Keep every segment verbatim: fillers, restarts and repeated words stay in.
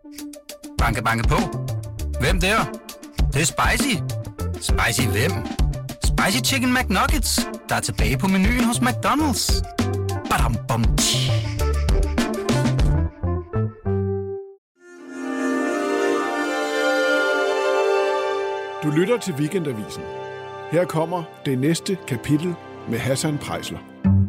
Banke, banke på. Hvem der? Det, det er spicy. Spicy hvem? Spicy Chicken McNuggets, der er tilbage på menuen hos McDonald's. Badum, bom, tji. Du lytter til Weekendavisen. Her kommer det næste kapitel med Hassan Preisler.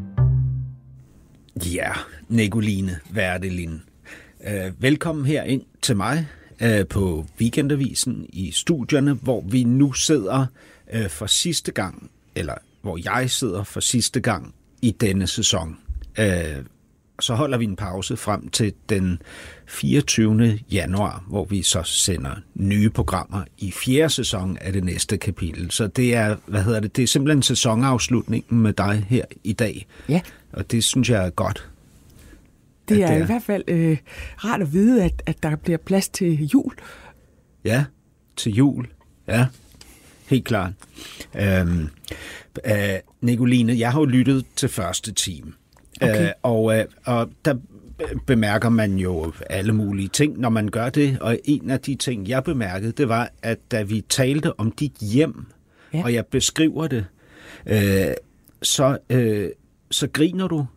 Ja, Nicoline Werdelin. Uh, velkommen her ind til mig uh, på Weekendavisen i studierne, hvor vi nu sidder uh, for sidste gang, eller hvor jeg sidder for sidste gang i denne sæson. Uh, så holder vi en pause frem til den fireogtyvende januar, hvor vi så sender nye programmer i fjerde sæson af det næste kapitel. Så det er, hvad hedder det, det er simpelthen sæsonafslutningen med dig her i dag. Ja. Og det synes jeg er godt. Det er, det er i hvert fald øh, rart at vide, at, at der bliver plads til jul. Ja, til jul. Ja, helt klart. Øhm, øh, Nicoline, jeg har jo lyttet til første time. Okay. Øh, og, øh, og der bemærker man jo alle mulige ting, når man gør det. Og en af de ting, jeg bemærkede, det var, at da vi talte om dit hjem, ja. og jeg beskriver det, øh, så, øh, så griner du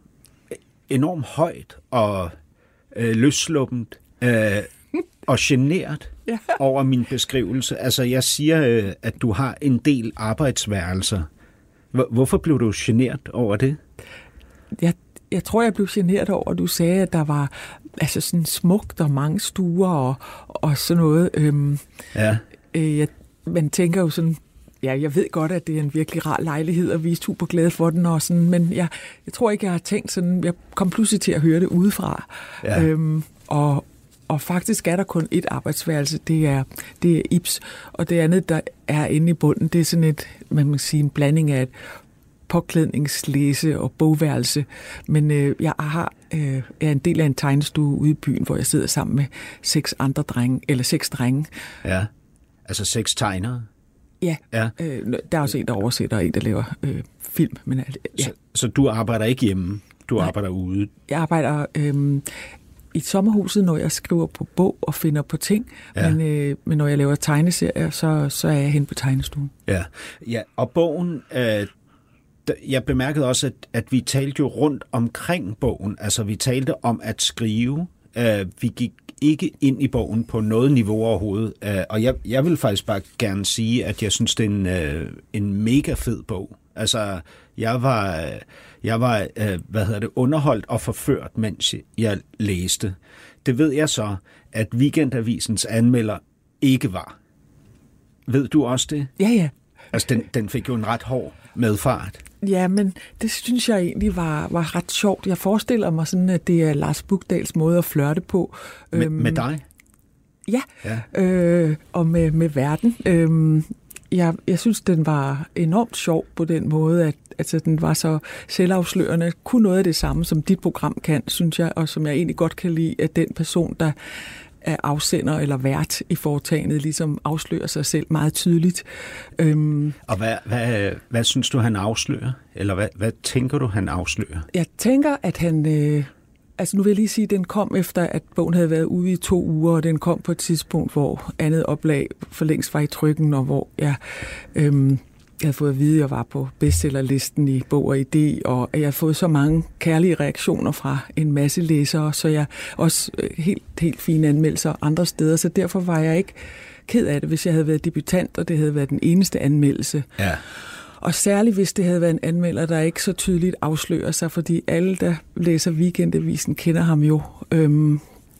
enormt højt og øh, løssluppent øh, og genert ja. over min beskrivelse. Altså, jeg siger, øh, at du har en del arbejdsværelser. Hvorfor blev du genert over det? Jeg, jeg tror, jeg blev genert over, at du sagde, at der var altså sådan smukt og mange stuer og, og sådan noget. Øhm, ja. øh, jeg, man tænker jo sådan, ja, jeg ved godt, at det er en virkelig rar lejlighed, og vi er super glade for den, og sådan, men jeg, jeg tror ikke, jeg har tænkt sådan, jeg kom pludselig til at høre det udefra. Ja. Øhm, og, og faktisk er der kun et arbejdsværelse, det er, det er Ibs, og det andet, der er inde i bunden, det er sådan et, man kan sige, en blanding af et påklædningslæse og bogværelse, men øh, jeg har øh, er en del af en tegnestue ude i byen, hvor jeg sidder sammen med seks andre drenge, eller seks drenge. Ja, altså seks tegnere? Ja, ja. Øh, der er også en, der oversætter, og en, der laver øh, film. Men, ja. så, så du arbejder ikke hjemme? Du Nej. arbejder ude? Jeg arbejder øh, i sommerhuset, når jeg skriver på bog og finder på ting. Ja. Men, øh, men når jeg laver tegneserier, så, så er jeg hen på tegnestuen. Ja, ja. Og bogen... Øh, jeg bemærkede også, at, at vi talte jo rundt omkring bogen. Altså, vi talte om at skrive. Øh, vi gik ikke ind i bogen på noget niveau overhovedet. Uh, og jeg, jeg vil faktisk bare gerne sige, at jeg synes, det er en, uh, en mega fed bog. Altså, jeg var, jeg var uh, hvad hedder det, underholdt og forført, mens jeg læste. Det ved jeg så, at Weekendavisens anmelder ikke var. Ved du også det? Ja, ja. Altså, den, den fik jo en ret hård medfart. Ja, men det synes jeg egentlig var, var ret sjovt. Jeg forestiller mig sådan, at det er Lars Bukdals måde at flirte på. Med, øhm, med dig? Ja, ja. Øh, og med, med verden. Øhm, jeg, jeg synes, den var enormt sjov på den måde, at altså, den var så selvafslørende. Kun noget af det samme, som dit program kan, synes jeg, og som jeg egentlig godt kan lide, at den person, der er afsender eller vært i foretagendet, ligesom afslører sig selv meget tydeligt. Øhm, og hvad, hvad, hvad synes du, han afslører? Eller hvad, hvad tænker du, han afslører? Jeg tænker, at han... Øh, altså nu vil jeg lige sige, at den kom efter, at bogen havde været ude i to uger, og den kom på et tidspunkt, hvor andet oplag for længst var i trykken, og hvor jeg... Øh, Jeg havde fået at vide, at jeg var på bestsellerlisten i Bog og Idé, og jeg havde fået så mange kærlige reaktioner fra en masse læsere, så jeg også helt, helt fine anmeldelser andre steder, så derfor var jeg ikke ked af det, hvis jeg havde været debutant, og det havde været den eneste anmeldelse. Ja. Og særligt hvis det havde været en anmelder, der ikke så tydeligt afslører sig, fordi alle, der læser Weekendavisen, kender ham jo. Øhm,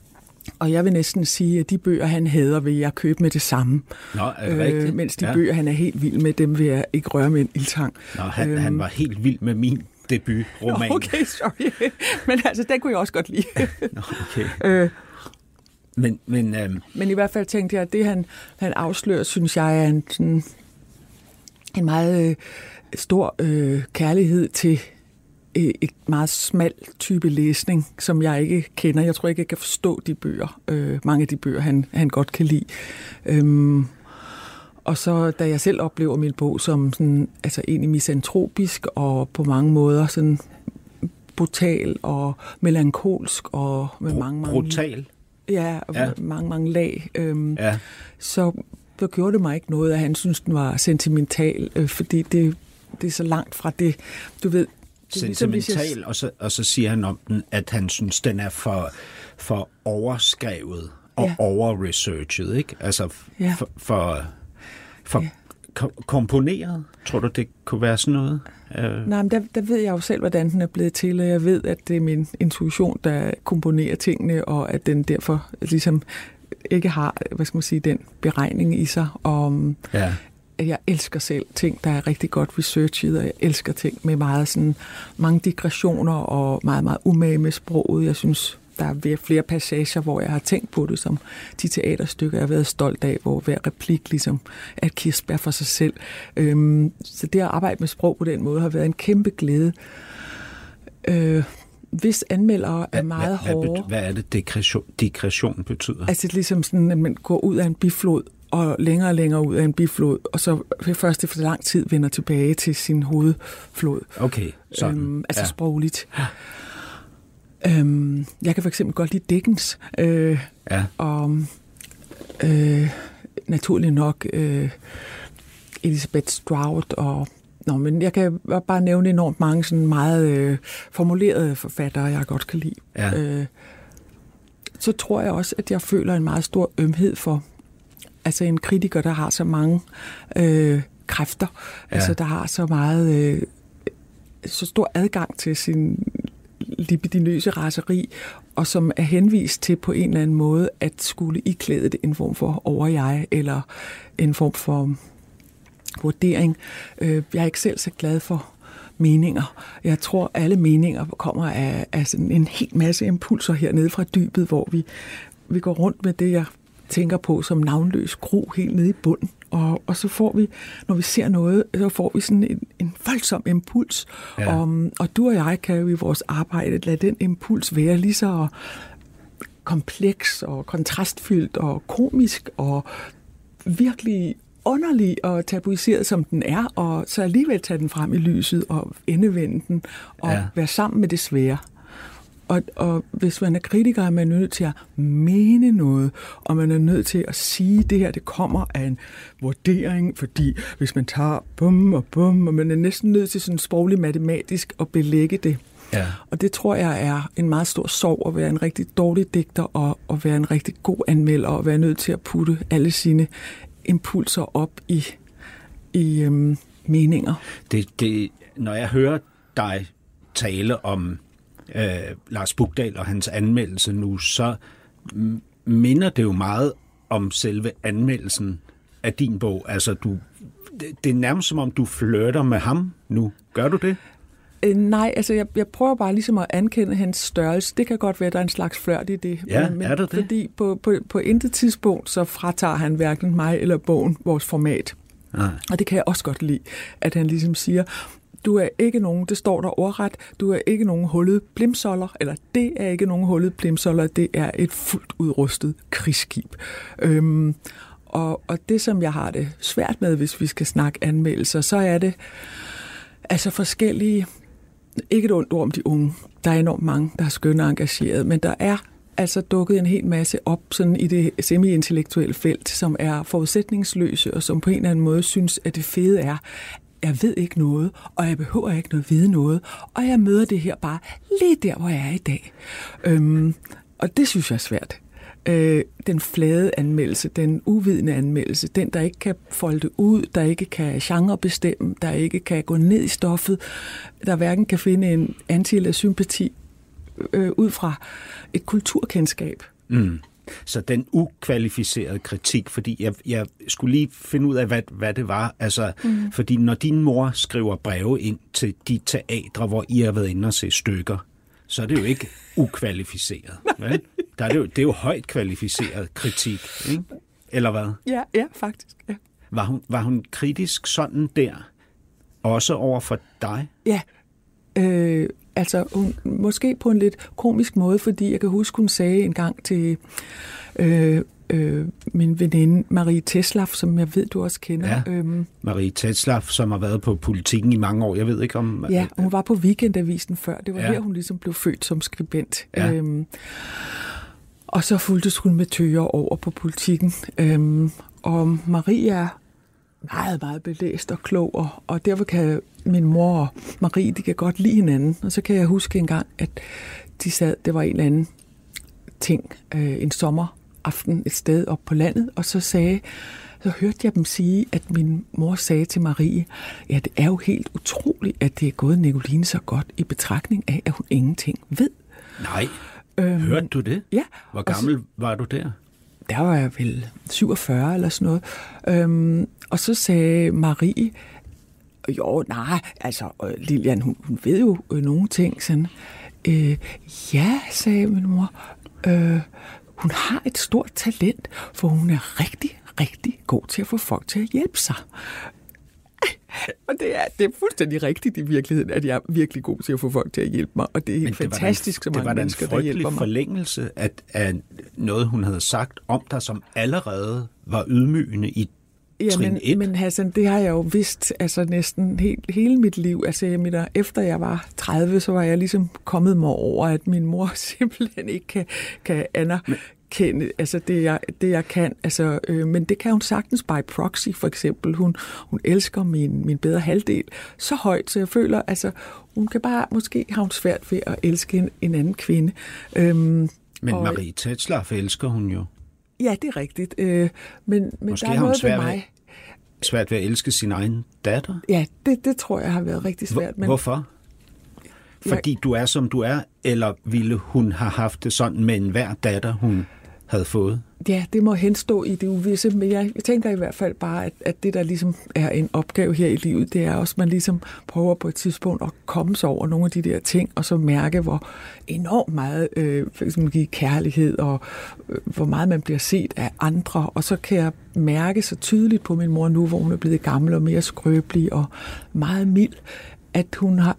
Og jeg vil næsten sige, at de bøger, han hader, vil jeg købe med det samme. Nå, er det rigtigt? Øh, mens de ja. bøger, han er helt vild med, dem vil jeg ikke røre med en ildtang. Nå, han, øhm. han var helt vild med min debutroman. Okay, sorry. Men altså, den kunne jeg også godt lide. Nå, okay. øh, men, men, øhm. men i hvert fald tænkte jeg, at det, han, han afslører, synes jeg, er en, sådan, en meget øh, stor øh, kærlighed til et meget smal type læsning, som jeg ikke kender. Jeg tror ikke, jeg kan forstå de bøger. Øh, mange af de bøger, han, han godt kan lide. Øhm, og så, da jeg selv oplever min bog som sådan, altså egentlig misantropisk og på mange måder sådan brutal og melankolsk og med Br- mange, mange... Brutal? Ja, og ja. mange, mange lag. Øhm, ja. Så så gjorde det mig ikke noget, at han synes, den var sentimental, øh, fordi det, det er så langt fra det, du ved. Det sentimental, ligesom, jeg... og, så, og så siger han om den, at han synes, den er for, for overskrevet og ja. overresearchet, ikke? Altså ja. for, for, for ja. ko- komponeret. Tror du, det kunne være sådan noget? Uh... Nej, men der, der ved jeg jo selv, hvordan den er blevet til, og jeg ved, at det er min intuition, der komponerer tingene, og at den derfor ligesom ikke har, hvad skal man sige, den beregning i sig. Og ja. at jeg elsker selv ting, der er rigtig godt researchet, og jeg elsker ting med meget sådan, mange digressioner og meget, meget umage med sproget. Jeg synes, der er flere passager, hvor jeg har tænkt på det, som de teaterstykker, jeg har været stolt af, hvor hver replik ligesom er et kirsebær for sig selv. Øhm, så det at arbejde med sprog på den måde har været en kæmpe glæde. Øh, hvis anmeldere er meget hvad, hvad, hårde... Hvad er det, digression, digression betyder? Altså ligesom sådan, at man går ud af en biflod, og længere og længere ud af en biflod, og så først efter lang tid vender tilbage til sin hovedflod. Okay, sådan. Øhm, altså ja. sprogligt. Øhm, jeg kan for eksempel godt lide Dickens, øh, ja. og øh, naturligt nok øh, Elizabeth Strout, og nå, men jeg kan bare nævne enormt mange sådan meget øh, formulerede forfattere, jeg godt kan lide. Ja. Øh, så tror jeg også, at jeg føler en meget stor ømhed for altså en kritiker, der har så mange øh, kræfter, ja. altså der har så meget, øh, så stor adgang til sin libidinøse raseri, og som er henvist til på en eller anden måde at skulle iklæde det en form for overjeg, eller en form for vurdering. Øh, jeg er ikke selv så glad for meninger. Jeg tror, alle meninger kommer af, af sådan en hel masse impulser hernede fra dybet, hvor vi, vi går rundt med det, jeg tænker på som navnløs gro helt nede i bunden. Og, og så får vi, når vi ser noget, så får vi sådan en, en voldsom impuls. Ja. Og, og du og jeg kan jo i vores arbejde lade den impuls være lige så kompleks og kontrastfyldt og komisk og virkelig underlig og tabuiseret, som den er, og så alligevel tage den frem i lyset og endevende den og ja. være sammen med det svære. Og, og hvis man er kritiker, er man nødt til at mene noget, og man er nødt til at sige, at det her det kommer af en vurdering, fordi hvis man tager bum og bum, og man er næsten nødt til sådan sprogligt matematisk at belægge det. Ja. Og det tror jeg er en meget stor sorg at være en rigtig dårlig digter, og at være en rigtig god anmelder, og være nødt til at putte alle sine impulser op i, i øhm, meninger. Det, det, når jeg hører dig tale om øh, Lars Bukdahl og hans anmeldelse nu, så minder det jo meget om selve anmeldelsen af din bog. Altså, du, det, det er nærmest som om, du flirter med ham nu. Gør du det? Øh, nej, altså jeg, jeg prøver bare ligesom at ankende hans størrelse. Det kan godt være, at der er en slags flirt i det. Ja, men, er det det? Fordi på, på, på intet tidspunkt, så fratager han hverken mig eller bogen vores format. Nej. Og det kan jeg også godt lide, at han ligesom siger, du er ikke nogen, det står der ordret, du er ikke nogen hullet plimsoller, eller det er ikke nogen hullet plimsoller, det er et fuldt udrustet krigsskib. Øhm, og, og det, som jeg har det svært med, hvis vi skal snakke anmeldelser, så er det altså forskellige. Ikke et ondt ord om de unge. Der er enormt mange, der er skønne og engageret, men der er altså dukket en hel masse op sådan i det semi-intellektuelle felt, som er forudsætningsløse, og som på en eller anden måde synes, at det fede er, jeg ved ikke noget, og jeg behøver ikke noget vide noget, og jeg møder det her bare lige der, hvor jeg er i dag. Øhm, og det synes jeg er svært. Øh, den flade anmeldelse, den uvidende anmeldelse, den, der ikke kan folde det ud, der ikke kan genrebestemme, der ikke kan gå ned i stoffet, der hverken kan finde en anti- eller sympati øh, ud fra et kulturkendskab. Mm. Så den ukvalificerede kritik, fordi jeg, jeg skulle lige finde ud af, hvad, hvad det var. Altså, mm. Fordi når din mor skriver breve ind til de teatre, hvor I har været inde og se stykker, så er det jo ikke ukvalificeret. Vel? Der er det, jo, det er jo højt kvalificeret kritik, ikke? Eller hvad? Ja, ja, faktisk. Ja. Var, hun, var hun kritisk sådan der, også over for dig? Ja, øh, altså hun, måske på en lidt komisk måde, fordi jeg kan huske, hun sagde en gang til øh, øh, min veninde Marie Tetzlaff, som jeg ved, du også kender. Ja, øhm, Marie Tetzlaff, som har været på Politikken i mange år. Jeg ved ikke om... Ja, hun var på Weekendavisen før. Det var ja. her, hun ligesom blev født som skribent. Ja. Øhm, Og så fulgtes hun med tøger over på Politikken. Øhm, og Marie er meget, meget belæst og klog, og, og derfor kan min mor og Marie, de kan godt lide hinanden. Og så kan jeg huske en gang, at de sad, det var en eller anden ting, øh, en sommeraften et sted op på landet, og så sagde, så hørte jeg dem sige, at min mor sagde til Marie, ja, det er jo helt utroligt, at det er gået Nicoline så godt i betragtning af, at hun ingenting ved. Nej, øhm, hørte du det? Ja. Hvor gammel så, var du der? Der var jeg vel syvogfyrre eller sådan noget. Øhm, og så sagde Marie, jo, nej, altså Lilian, hun, hun ved jo øh, nogle ting. Sådan, øh, ja, sagde min mor, øh, hun har et stort talent, for hun er rigtig, rigtig god til at få folk til at hjælpe sig. Og det er, det er fuldstændig rigtigt i virkeligheden, at jeg er virkelig god til at få folk til at hjælpe mig, og det er helt fantastisk, så mange mennesker, der hjælper mig. Det var da en frygtelig forlængelse af, af noget, hun havde sagt om dig, som allerede var ydmygende i ja, trin men, et. Men Hassan, det har jeg jo vidst altså næsten helt, hele mit liv. Altså, jeg mener, efter jeg var tredive, så var jeg ligesom kommet mig over, at min mor simpelthen ikke kan, kan anerkende kende, altså det jeg, det jeg kan, altså, øh, men det kan hun sagtens by proxy, for eksempel. Hun, hun elsker min, min bedre halvdel så højt, så jeg føler, altså, hun kan bare, måske har hun svært ved at elske en, en anden kvinde. Øhm, men og, Marie Tetzlaff elsker hun jo. Ja, det er rigtigt, øh, men, men måske der er noget ved mig. Ved, svært ved at elske sin egen datter? Ja, det, det tror jeg har været rigtig svært. Men hvorfor? Fordi jeg, du er, som du er, eller ville hun have haft det sådan med enhver datter, hun havde fået? Ja, det må henstå i det uvisse, men jeg, jeg tænker i hvert fald bare, at, at det, der ligesom er en opgave her i livet, det er også, at man ligesom prøver på et tidspunkt at komme sig over nogle af de der ting, og så mærke, hvor enormt meget øh, for eksempel give kærlighed, og øh, hvor meget man bliver set af andre, og så kan jeg mærke så tydeligt på min mor nu, hvor hun er blevet gammel og mere skrøbelig og meget mild, at hun har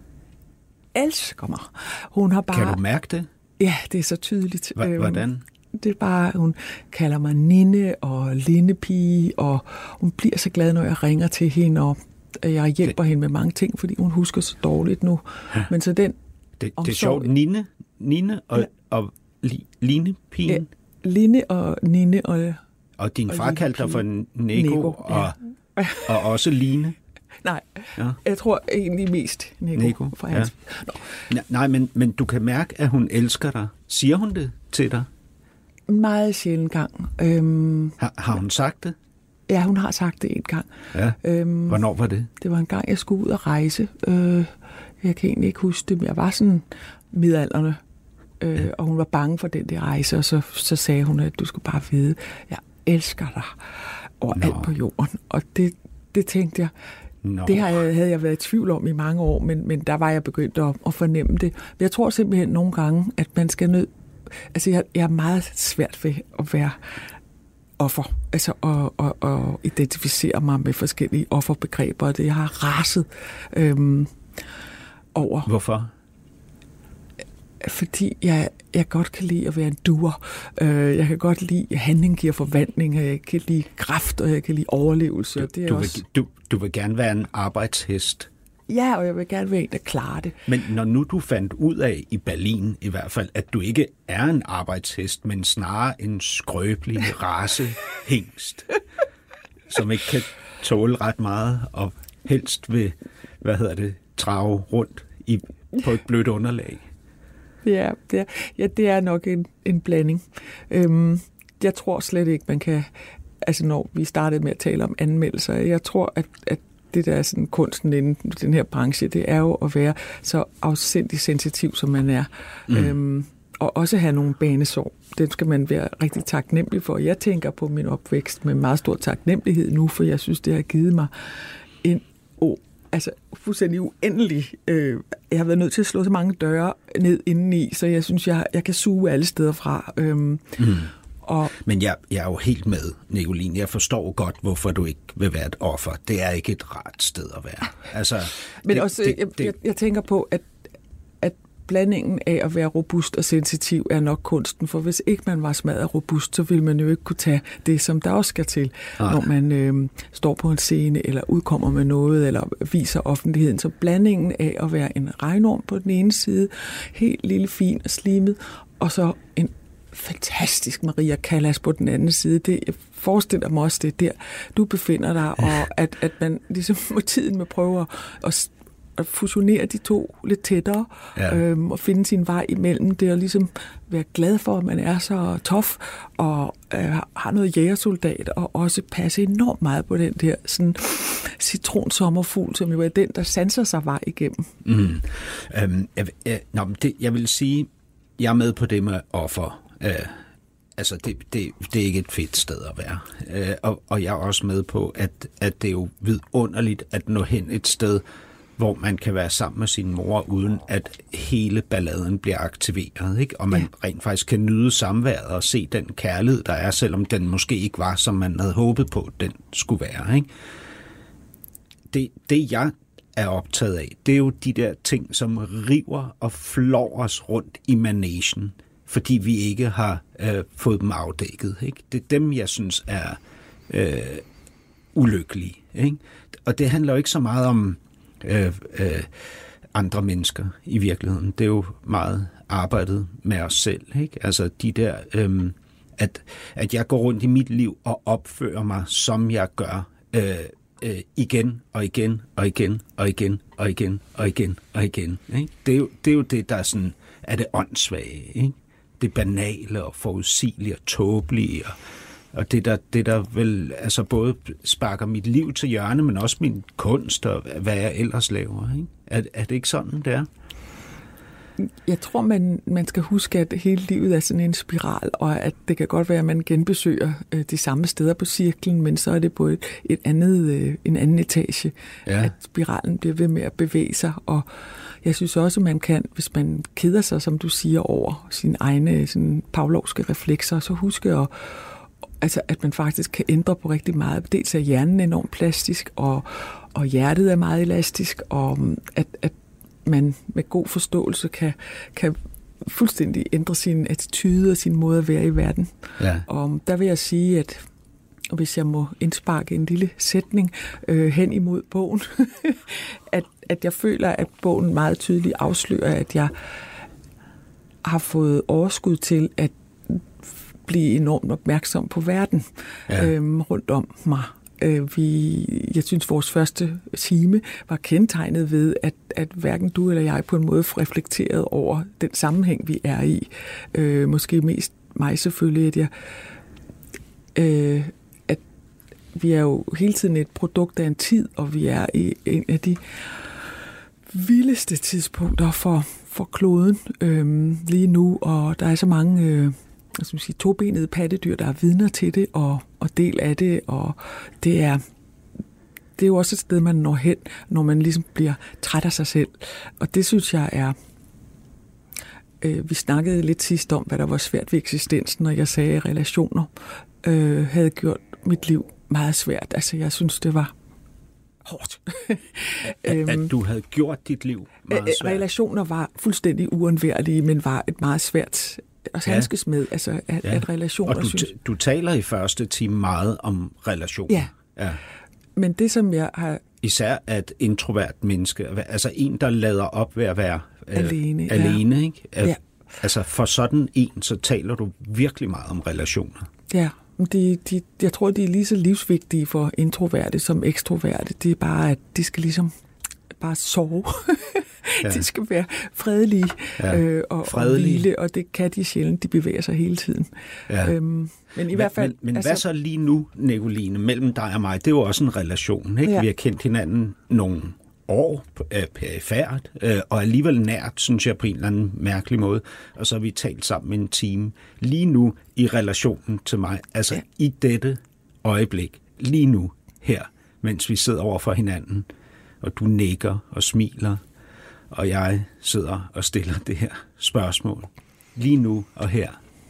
elsker mig. Hun har bare... Kan du mærke det? Ja, det er så tydeligt. H- hvordan? Det er bare, hun kalder mig Ninde og Lindepige, og hun bliver så glad, når jeg ringer til hende, og jeg hjælper det... hende med mange ting, fordi hun husker så dårligt nu. Ja. Men så den... Det, det er sjovt. Ninde, Ninde og, ja. og li, Linepigen? Ja, Linde og Ninde og... Og din og far kaldte dig for Nego, Nego og, ja. og også Line? Nej, ja. Jeg tror egentlig mest Nego. Nego for hans. Ja. Nej, men, men du kan mærke, at hun elsker dig. Siger hun det til dig? Meget sjældent gang. Øhm, har, har hun sagt det? Ja, hun har sagt det en gang. Ja. Øhm, Hvornår var det? Det var en gang, jeg skulle ud og rejse. Øh, jeg kan egentlig ikke huske det, men jeg var sådan midaldrende. Øh, ja. Og hun var bange for den der rejse, og så, så sagde hun, at du skulle bare vide, jeg elsker dig overalt på jorden. Og det, det tænkte jeg, Nå. det havde jeg været i tvivl om i mange år, men, men der var jeg begyndt at, at fornemme det. Men jeg tror simpelthen nogle gange, at man skal nød... Altså, jeg, jeg er meget svært ved at være offer, altså at, at, at identificere mig med forskellige offerbegreber, og det jeg har raset øhm, over. Hvorfor? Fordi jeg, jeg godt kan lide at være en duer. Øh, jeg kan godt lide, at handling giver forvandling, og jeg kan lide kraft, og jeg kan lide overlevelse. Du, det er du, også... vil, du, du vil gerne være en arbejdshest. Ja, og jeg vil gerne være en, der klarer det. Men når nu du fandt ud af, i Berlin i hvert fald, at du ikke er en arbejdshest, men snarere en skrøbelig racehængst, som ikke kan tåle ret meget, og helst vil, hvad hedder det, trage rundt i, på et blødt underlag. Ja, det er, ja, det er nok en, en blanding. Øhm, jeg tror slet ikke, man kan... Altså, når vi startede med at tale om anmeldelser, jeg tror, at, at det der er sådan kunsten inden den her branche, det er jo at være så afsindig sensitiv, som man er. Mm. Øhm, og også have nogle banesår. Den skal man være rigtig taknemmelig for. Jeg tænker på min opvækst med meget stor taknemmelighed nu, for jeg synes, det har givet mig en oh, altså fuldstændig uendelig. Øh, jeg har været nødt til at slå så mange døre ned indeni, så jeg synes, jeg, jeg kan suge alle steder fra. Øhm, mm. Og Men jeg, jeg er jo helt med, Nicoline. Jeg forstår godt, hvorfor du ikke vil være et offer. Det er ikke et rart sted at være. Altså, Men det, også, det, jeg, det, jeg, jeg tænker på, at, at blandingen af at være robust og sensitiv er nok kunsten. For hvis ikke man var smadret robust, så ville man jo ikke kunne tage det, som der også skal til, Ej. når man øh, står på en scene, eller udkommer med noget, eller viser offentligheden. Så blandingen af at være en regnorm på den ene side, helt lille, fin og slimet, og så en fantastisk Maria Callas på den anden side. Det, jeg forestiller mig også, det er der, du befinder dig, og at, at man ligesom må tiden med prøve at, at fusionere de to lidt tættere, ja. øhm, og finde sin vej imellem det, og ligesom være glad for, at man er så tof, og øh, har noget jægersoldat, og også passe enormt meget på den der sådan, citronsommerfugl, som jo er den, der sanser sig vej igennem. Mm. Øhm, jeg, jeg, nå, det, jeg vil sige, jeg er med på det med offer. Øh, altså, det, det, det er ikke et fedt sted at være. Øh, og, og jeg er også med på, at, at det er jo vidunderligt at nå hen et sted, hvor man kan være sammen med sin mor, uden at hele balladen bliver aktiveret, ikke? Og man ja. rent faktisk kan nyde samværet og se den kærlighed, der er, selvom den måske ikke var, som man havde håbet på, den skulle være, ikke? Det, det jeg er optaget af, det er jo de der ting, som river og flår os rundt i managen, fordi vi ikke har øh, fået dem afdækket, ikke? Det er dem, jeg synes er øh, ulykkelige, ikke? Og det handler jo ikke så meget om Øh, øh, andre mennesker i virkeligheden. Det er jo meget arbejdet med os selv, ikke? Altså de der, øh, at, at jeg går rundt i mit liv og opfører mig, som jeg gør, øh, øh, igen og igen og igen og igen og igen og igen og igen. Ikke? Det, er jo, det er jo det, der er, sådan, er det åndssvage, ikke? Det banale og forudsigelige og tåbelige og Og det der, det der vel altså både sparker mit liv til hjørne, men også min kunst og hvad jeg ellers laver. Ikke? Er, er det ikke sådan, det er? Jeg tror, man, man skal huske, at hele livet er sådan en spiral, og at det kan godt være, at man genbesøger øh, de samme steder på cirklen, men så er det på et, et andet, øh, en anden etage, ja. At spiralen bliver ved med at bevæge sig. Og jeg synes også, man kan, hvis man keder sig, som du siger, over sine egne sådan, pavlovske reflekser, så huske at Altså, at man faktisk kan ændre på rigtig meget. Dels er hjernen enormt plastisk, og, og hjertet er meget elastisk, og at, at man med god forståelse kan, kan fuldstændig ændre sin attitude og sin måde at være i verden. Ja. Og der vil jeg sige, at hvis jeg må indsparke en lille sætning øh, hen imod bogen, at, at jeg føler, at bogen meget tydeligt afslører, at jeg har fået overskud til at blive enormt opmærksom på verden ja. øhm, rundt om mig. Øh, vi, jeg synes, vores første time var kendetegnet ved, at, at hverken du eller jeg på en måde reflekterede over den sammenhæng, vi er i. Øh, måske mest mig selvfølgelig, at jeg... Øh, at vi er jo hele tiden et produkt af en tid, og vi er i en af de vildeste tidspunkter for, for kloden øh, lige nu, og der er så mange... Øh, altså, sige, tobenede pattedyr, der er vidner til det, og, og del af det, og det er, det er jo også et sted, man når hen, når man ligesom bliver træt af sig selv. Og det synes jeg er... Øh, vi snakkede lidt sidst om, hvad der var svært ved eksistensen, og jeg sagde, at relationer øh, havde gjort mit liv meget svært. Altså, jeg synes, det var hårdt. at, at du havde gjort dit liv meget svært? Relationer var fuldstændig uundværlige, men var et meget svært at handskes ja. med, altså at, ja. at relationer... Og du, synes... du taler i første time meget om relationer. Ja. ja, men det som jeg har... Især at introvert menneske, altså en, der lader op ved at være øh, alene, alene ja. ikke? At, ja. Altså for sådan en, så taler du virkelig meget om relationer. Ja, de, de, jeg tror, de er lige så livsvigtige for introverte som ekstroverte. Det er bare, at de skal ligesom bare sove. Ja. De skal være fredelige, ja. øh, og, fredelige. og hvile, og det kan de sjældent. De bevæger sig hele tiden. Ja. Øhm, men i hvert fald... Men, men altså, hvad så lige nu, Nicoline, mellem dig og mig? Det er jo også en relation, ikke? Ja. Vi har kendt hinanden nogle år øh, perifært, øh, og alligevel nært, synes jeg, på en eller anden mærkelig måde. Og så har vi talt sammen en time. Lige nu i relationen til mig, altså ja. i dette øjeblik, lige nu her, mens vi sidder over for hinanden, og du nikker og smiler, og jeg sidder og stiller det her spørgsmål. Lige nu og her.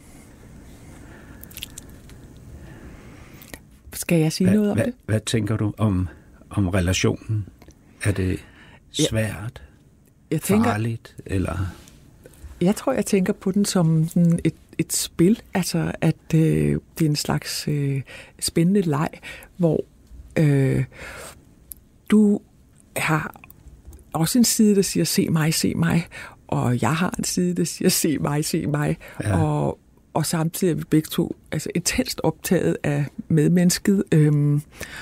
Skal jeg sige hva, noget om hva, det? Hvad tænker du om, om relationen? Er det svært? Jeg tænker, farligt? Eller? Jeg tror, jeg tænker på den som sådan et, et spil. Altså, at øh, det er en slags øh, spændende leg, hvor øh, du har også en side, der siger, se mig, se mig, og jeg har en side, der siger, se mig, se mig, ja. og og samtidig er vi begge to altså intenst optaget af medmennesket. Øhm,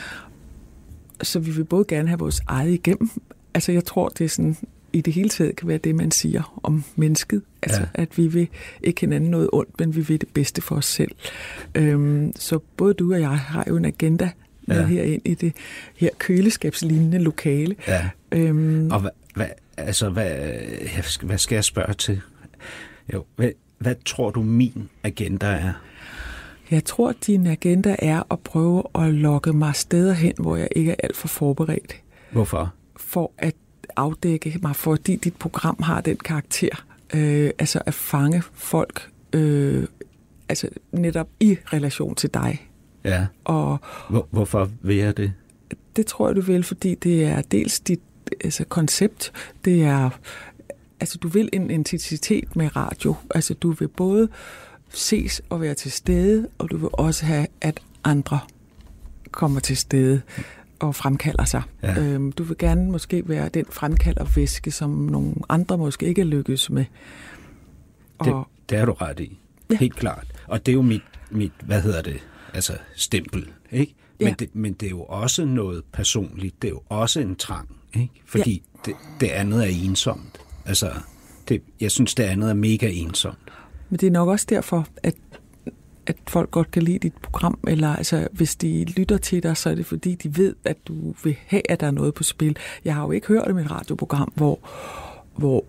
så vi vil både gerne have vores eget igennem. Altså jeg tror, det er sådan, i det hele taget kan være det, man siger om mennesket. Altså ja. At vi vil ikke hinanden noget ondt, men vi vil det bedste for os selv. Øhm, så både du og jeg har jo en agenda med ja. Herind i det her køleskabslignende lokale. Ja. Øhm, og hvad, hvad, altså, hvad, hvad skal jeg spørge til? Jo, hvad, hvad tror du, min agenda er? Jeg tror, at din agenda er at prøve at lokke mig steder hen, hvor jeg ikke er alt for forberedt. Hvorfor? For at afdække mig, fordi dit program har den karakter. Øh, altså at fange folk øh, altså netop i relation til dig. Ja. Og Hvor, hvorfor vil jeg det? Det tror jeg, du vil, fordi det er dels dit altså, koncept. Det er, altså du vil en intensitet med radio. Altså du vil både ses og være til stede, og du vil også have, at andre kommer til stede og fremkalder sig. Ja. Øhm, du vil gerne måske være den fremkaldervæske, som nogle andre måske ikke er lykkedes med. Og det, det er du ret i. Ja. Helt klart. Og det er jo mit, mit hvad hedder det, altså stempel, ikke? Men, ja. det, men det er jo også noget personligt. Det er jo også en trang, ikke? Fordi ja. det, det andet er ensomt. Altså, det, jeg synes, det andet er mega ensomt. Men det er nok også derfor, at at folk godt kan lide dit program, eller altså, hvis de lytter til dig, så er det fordi, de ved, at du vil have, at der er noget på spil. Jeg har jo ikke hørt om et radioprogram, hvor, hvor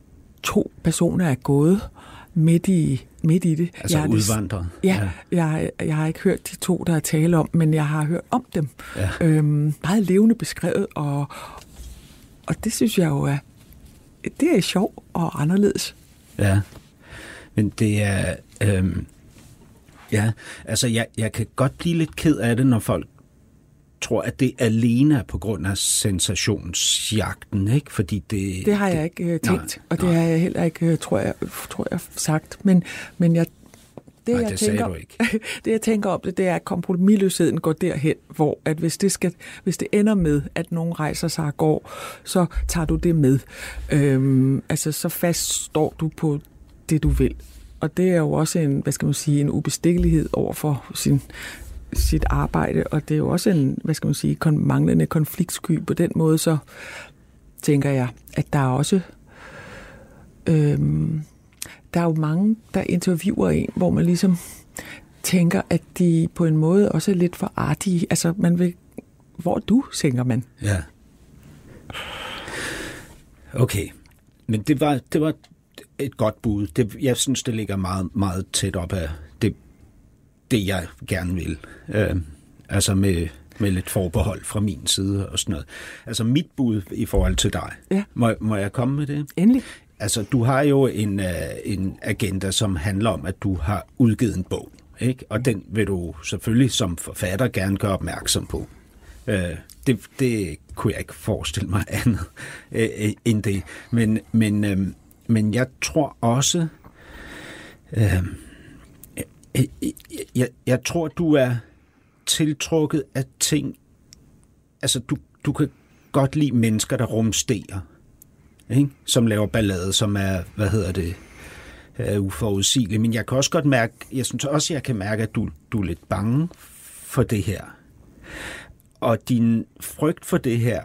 to personer er gået midt i, midt i det. Altså udvandret. Ja, ja. Jeg, jeg har ikke hørt de to, der er tale om, men jeg har hørt om dem. Ja. Øhm, meget levende beskrevet, og, og det synes jeg jo er, det er sjovt og anderledes. Ja, men det er... Øhm Ja, altså jeg, jeg kan godt blive lidt ked af det, når folk tror, at det alene er på grund af sensationsjagten, ikke? Fordi det... Det har jeg det, ikke uh, tænkt, nej, og det nej. har jeg heller ikke, uh, tror jeg, tror jeg sagt. Men, men jeg, det, nej, jeg det tænker, sagde du ikke. det, jeg tænker om det, det er, at kompromisløsheden går derhen, hvor at hvis, det skal, hvis det ender med, at nogen rejser sig og går, så tager du det med. Øhm, altså, så fast står du på det, du vil. Og det er jo også en, hvad skal man sige, en ubestikkelighed over for sin, sit arbejde, og det er jo også en, hvad skal man sige, kon- manglende konfliktsky. På den måde, så tænker jeg, at der er også, øhm, der er jo mange, der interviewer en, hvor man ligesom tænker, at de på en måde også er lidt for artige. Altså, man vil, hvor du, tænker man. Ja. Okay, men det var, det var et godt bud. Det, jeg synes, det ligger meget, meget tæt op af det, det jeg gerne vil. Øh, altså med, med lidt forbehold fra min side og sådan noget. Altså mit bud i forhold til dig. Ja. Må, må jeg komme med det? Endelig. Altså, du har jo en, uh, en agenda, som handler om, at du har udgivet en bog, ikke? Og den vil du selvfølgelig som forfatter gerne gøre opmærksom på. Uh, det, det kunne jeg ikke forestille mig andet uh, end det. Men, men, uh, men jeg tror også, uh, jeg, jeg, jeg tror, du er tiltrukket af ting. Altså, du, du kan godt lide mennesker, der rumsterer. Ikke? Som laver ballade, som er, hvad hedder det, er uforudsigeligt. Men jeg kan også godt mærke, jeg synes også, jeg kan mærke, at du, du er lidt bange for det her. Og din frygt for det her...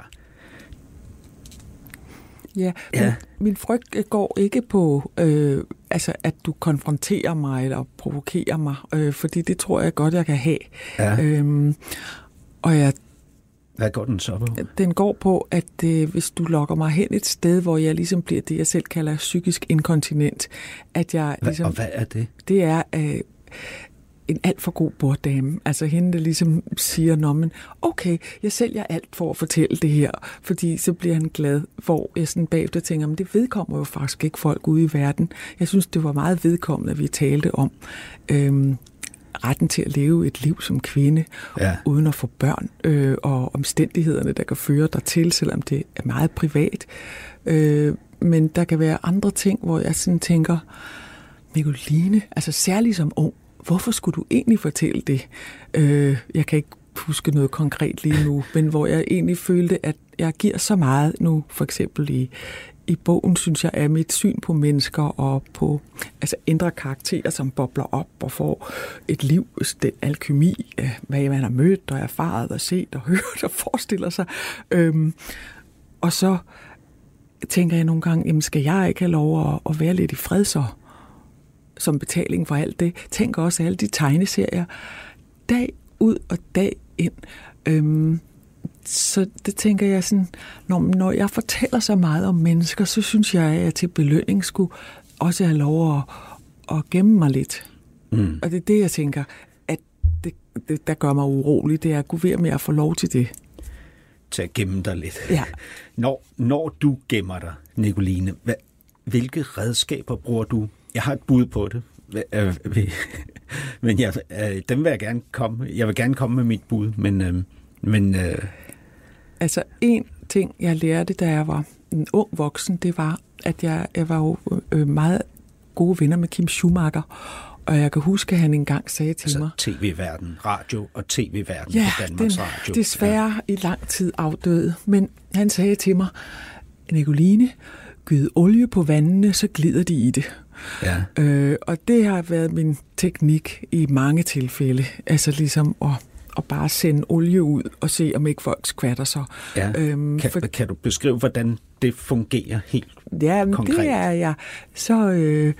Ja, ja. Min, min frygt går ikke på, øh, altså, at du konfronterer mig eller provokerer mig, øh, fordi det tror jeg godt, jeg kan have. Ja. Øhm, og jeg Hvad går den så på? Den går på, at øh, hvis du lokker mig hen et sted, hvor jeg ligesom bliver det, jeg selv kalder psykisk inkontinent, at jeg Hva, ligesom... Og hvad er det? Det er øh, en alt for god borddame. Altså hende, der ligesom siger, nå, men okay, jeg sælger alt for at fortælle det her, fordi så bliver han glad, hvor jeg sådan bagefter tænker, men det vedkommer jo faktisk ikke folk ude i verden. Jeg synes, det var meget vedkommende, at vi talte om... Øh, retten til at leve et liv som kvinde, ja. Uden at få børn, øh, og omstændighederne, der kan føre dig til, selvom det er meget privat. Øh, men der kan være andre ting, hvor jeg sådan tænker, Nicoline, altså særligt som ung, hvorfor skulle du egentlig fortælle det? Øh, jeg kan ikke huske noget konkret lige nu, men hvor jeg egentlig følte, at jeg giver så meget nu, for eksempel i, i bogen, synes jeg, er mit syn på mennesker og på altså indre karakterer, som bobler op og får et liv, den alkymi, hvad man har mødt og erfaret og set og hørt og forestiller sig. Øhm, og så tænker jeg nogle gange, jamen skal jeg ikke have lov at, at være lidt i fred så, som betaling for alt det? Tænk også alle de tegneserier, dag ud og dag ind. Øhm, så det tænker jeg sådan, når, når jeg fortæller så meget om mennesker, så synes jeg, at jeg til belønning skulle også have lov at, at gemme mig lidt. Mm. Og det er det, jeg tænker, at det, det, der gør mig urolig, det er at gå ved med at få lov til det. Til at gemme dig lidt. Ja. Når, når du gemmer dig, Nicoline, hvad, hvilke redskaber bruger du? Jeg har et bud på det, men jeg, dem vil jeg gerne komme. Jeg vil gerne komme med mit bud, men... men øh... Altså, en ting, jeg lærte, da jeg var en ung voksen, det var, at jeg, jeg var jo øh, meget gode venner med Kim Schumacher, og jeg kan huske, at han engang sagde til altså, mig... T V-verden, radio og tv-verden ja, på Danmarks den, Radio. desværre ja. i lang tid afdøde, men han sagde til mig, Nicoline, gyd olie på vandene, så glider de i det. Ja. Øh, og det har været min teknik i mange tilfælde, altså ligesom at og bare sende olie ud og se, om ikke folk skvatter sig. Ja. Øhm, kan, for, kan du beskrive, hvordan det fungerer helt ja, men konkret? det er jeg. Så, øh,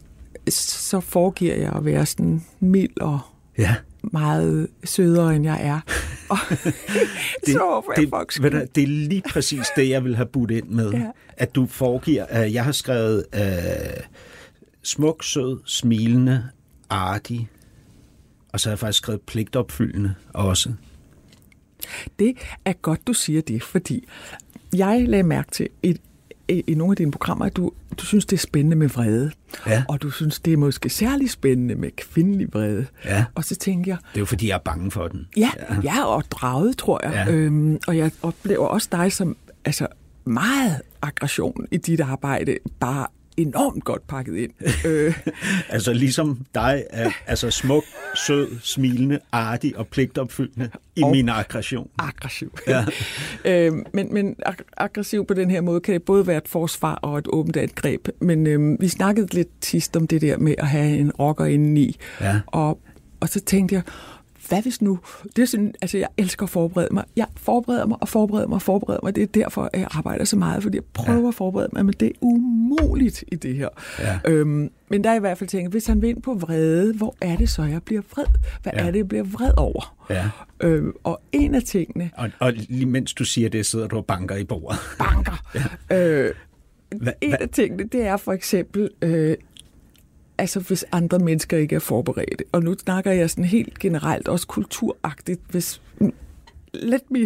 så foregiver jeg at være sådan mild og ja. meget sødere, end jeg er. Og det, så håber jeg, det, folk du, det er lige præcis det, jeg vil have budt ind med. Ja. At du foregiver... Uh, jeg har skrevet uh, smuk, sød, smilende, artig. Og så har jeg faktisk skrevet pligtopfyldende også. Det er godt, du siger det, fordi jeg lagde mærke til i, i, i nogle af dine programmer, at du, du synes, det er spændende med vrede. Ja. Og du synes, det er måske særlig spændende med kvindelig vrede. Ja. Og så tænker jeg... Det er jo, fordi jeg er bange for den. Ja, ja. jeg er og draget, tror jeg. Ja. Øhm, og jeg oplever også dig som altså, meget aggression i dit arbejde, bare enormt godt pakket ind. øh. altså ligesom dig, er, altså smuk, sød, smilende, artig og pligtopfyldende i og min aggression. Aggressiv. Ja. øh, men, men ag- aggressiv på den her måde kan det både være et forsvar og et åbent angreb. Men øh, vi snakkede lidt sidst om det der med at have en rocker indeni. Ja. Og, og så tænkte jeg, hvad hvis nu... Det er sådan, altså jeg elsker at forberede mig. Jeg forbereder mig og forbereder mig og forbereder mig. Det er derfor, jeg arbejder så meget, fordi jeg prøver ja. at forberede mig, men det er umuligt i det her. Ja. Øhm, men der er i hvert fald tænkt, hvis han vil ind på vrede, hvor er det så, jeg bliver vred? Hvad ja. er det, jeg bliver vred over? Ja. Øhm, og en af tingene... Og, og lige mens du siger det, sidder du og banker i bordet. Banker! ja. øh, hva, en hva? af tingene, det er for eksempel... Øh, Altså, hvis andre mennesker ikke er forberedte. Og nu snakker jeg sådan helt generelt, også kulturagtigt, hvis... Let me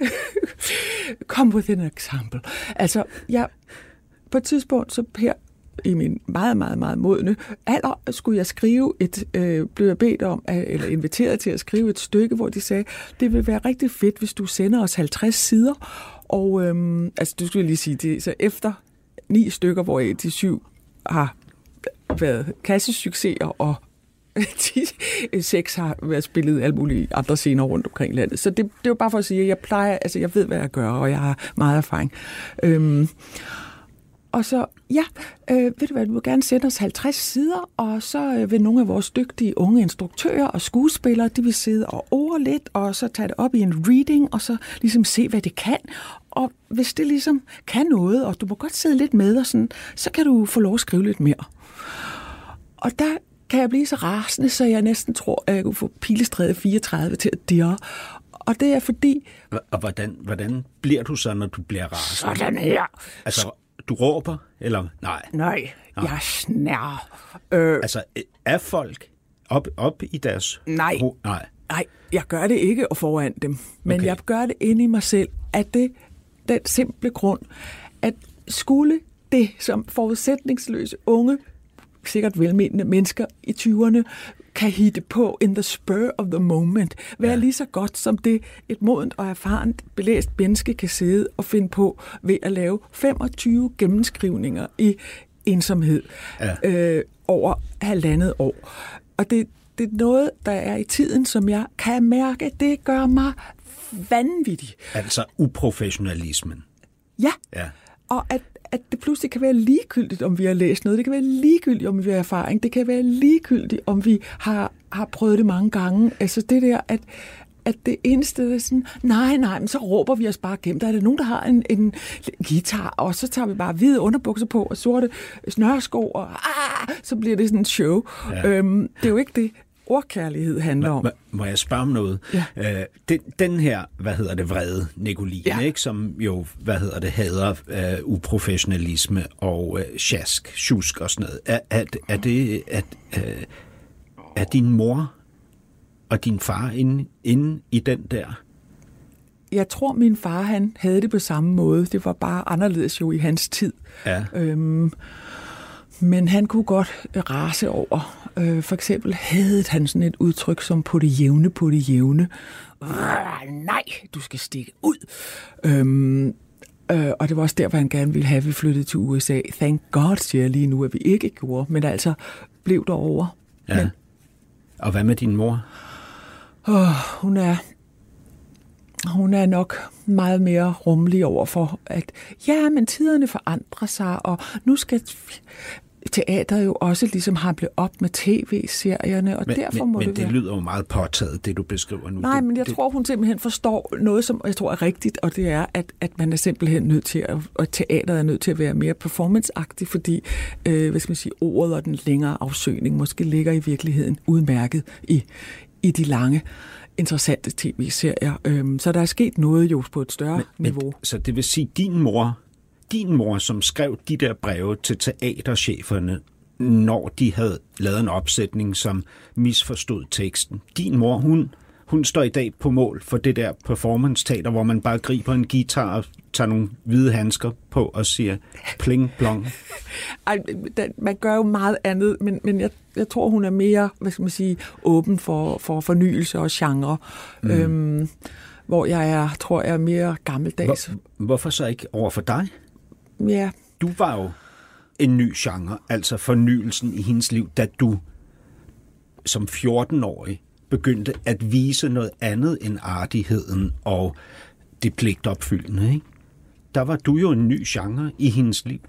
come with an example. Altså, jeg... På et tidspunkt, så her i min meget, meget, meget modne alder, skulle jeg skrive et... Øh, blev jeg bedt om, eller inviteret til at skrive et stykke, hvor de sagde, det vil være rigtig fedt, hvis du sender os halvtreds sider. Og, øhm, altså, du skulle lige sige det. Så efter ni stykker, hvor de syv har... været kassesucceser, og de seks har været spillet alle mulige andre scener rundt omkring landet. Så det, det er jo bare for at sige, at jeg plejer, altså jeg ved, hvad jeg gør, og jeg har meget erfaring. Øhm, og så, ja, øh, ved du hvad, du vil gerne sende os halvtreds sider, og så øh, vil nogle af vores dygtige unge instruktører og skuespillere, de vil sidde og ord lidt, og så tage det op i en reading, og så ligesom se, hvad det kan. Og hvis det ligesom kan noget, og du må godt sidde lidt med, og sådan, så kan du få lov at skrive lidt mere. Og der kan jeg blive så rasende, så jeg næsten tror, at jeg kunne få pilestræde fireogtredive til at dirre. Og det er fordi... Og hvordan, hvordan bliver du så, når du bliver rasende? Sådan her. Altså, du råber, eller nej? Nej, nej. Jeg snærrer. Øh, altså, er folk op, op i deres... Nej. Ro... Nej. Nej, jeg gør det ikke foran dem. Men okay. jeg gør det inde i mig selv, at det den simple grund, at skulle det som forudsætningsløse unge, sikkert velmenende mennesker i tyverne kan hitte på in the spur of the moment. Være ja. lige så godt som det et modent og erfarent belæst menneske kan sidde og finde på ved at lave femogtyve gennemskrivninger i ensomhed ja. øh, over halvandet år. Og det, det er noget, der er i tiden, som jeg kan mærke, det gør mig vanvittig. Altså uprofessionalismen. Ja. ja. Og at at det pludselig kan være ligegyldigt, om vi har læst noget. Det kan være ligegyldigt, om vi har erfaring. Det kan være ligegyldigt, om vi har, har prøvet det mange gange. Altså det der, at, at det eneste er sådan, nej, nej, men så råber vi os bare gennem. Der er der nogen, der har en, en guitar, og så tager vi bare hvide underbukser på, og sorte snørsko, og ah, så bliver det sådan en show. Ja. Øhm, det er jo ikke det, ordkærlighed handler om. Må, må jeg spørge om noget? Ja. Øh, den, den her, hvad hedder det, vrede Nicoline, ja. ikke, som jo, hvad hedder det, hader øh, uprofessionalisme og øh, sjask, tjusk og sådan noget. Er, er, er det, at øh, er din mor og din far inde, inde i den der? Jeg tror, min far, han havde det på samme måde. Det var bare anderledes jo i hans tid. Ja. Øhm, men han kunne godt rase over. Øh, for eksempel havde han sådan et udtryk som på det jævne, på det jævne. Nej, du skal stikke ud. Øhm, øh, og det var også der, hvor han gerne ville have, at vi flyttede til U S A. Thank God, siger jeg lige nu, at vi ikke gjorde. Men altså blev derovre. Ja. Men, og hvad med din mor? Åh, hun er... Hun er nok meget mere rummelig over for, at ja, men tiderne forandrer sig, og nu skal teater jo også ligesom hamle op med tv-serierne, og men, derfor men, må men det det være... lyder jo meget påtaget, det du beskriver nu. Nej, det, men jeg det... tror, hun simpelthen forstår noget, som jeg tror er rigtigt, og det er, at, at man er simpelthen nødt til at, og teateret er nødt til at være mere performanceagtig, fordi, øh, hvad skal man sige, ordet og den længere afsøgning måske ligger i virkeligheden udmærket i, i de lange interessante tv-serier. Øhm, så der er sket noget jo på et større men, niveau. Men, så det vil sige, din mor, din mor, som skrev de der breve til teatercheferne, når de havde lavet en opsætning, som misforstod teksten. Din mor, hun, hun står i dag på mål for det der performance-teater, hvor man bare griber en guitar og tager nogle hvide handsker på og siger pling plong. Ej, man gør jo meget andet, men, men jeg, jeg tror, hun er mere, hvad skal man sige, åben for, for fornyelse og genre. Mm. Øhm, hvor jeg er, tror jeg er mere gammeldags. Hvor, hvorfor så ikke over for dig? Ja. Du var jo en ny genre, altså fornyelsen i hendes liv, da du som fjorten-årig begyndte at vise noget andet end artigheden og det pligtopfyldende, ikke? Der var du jo en ny genre i hendes liv.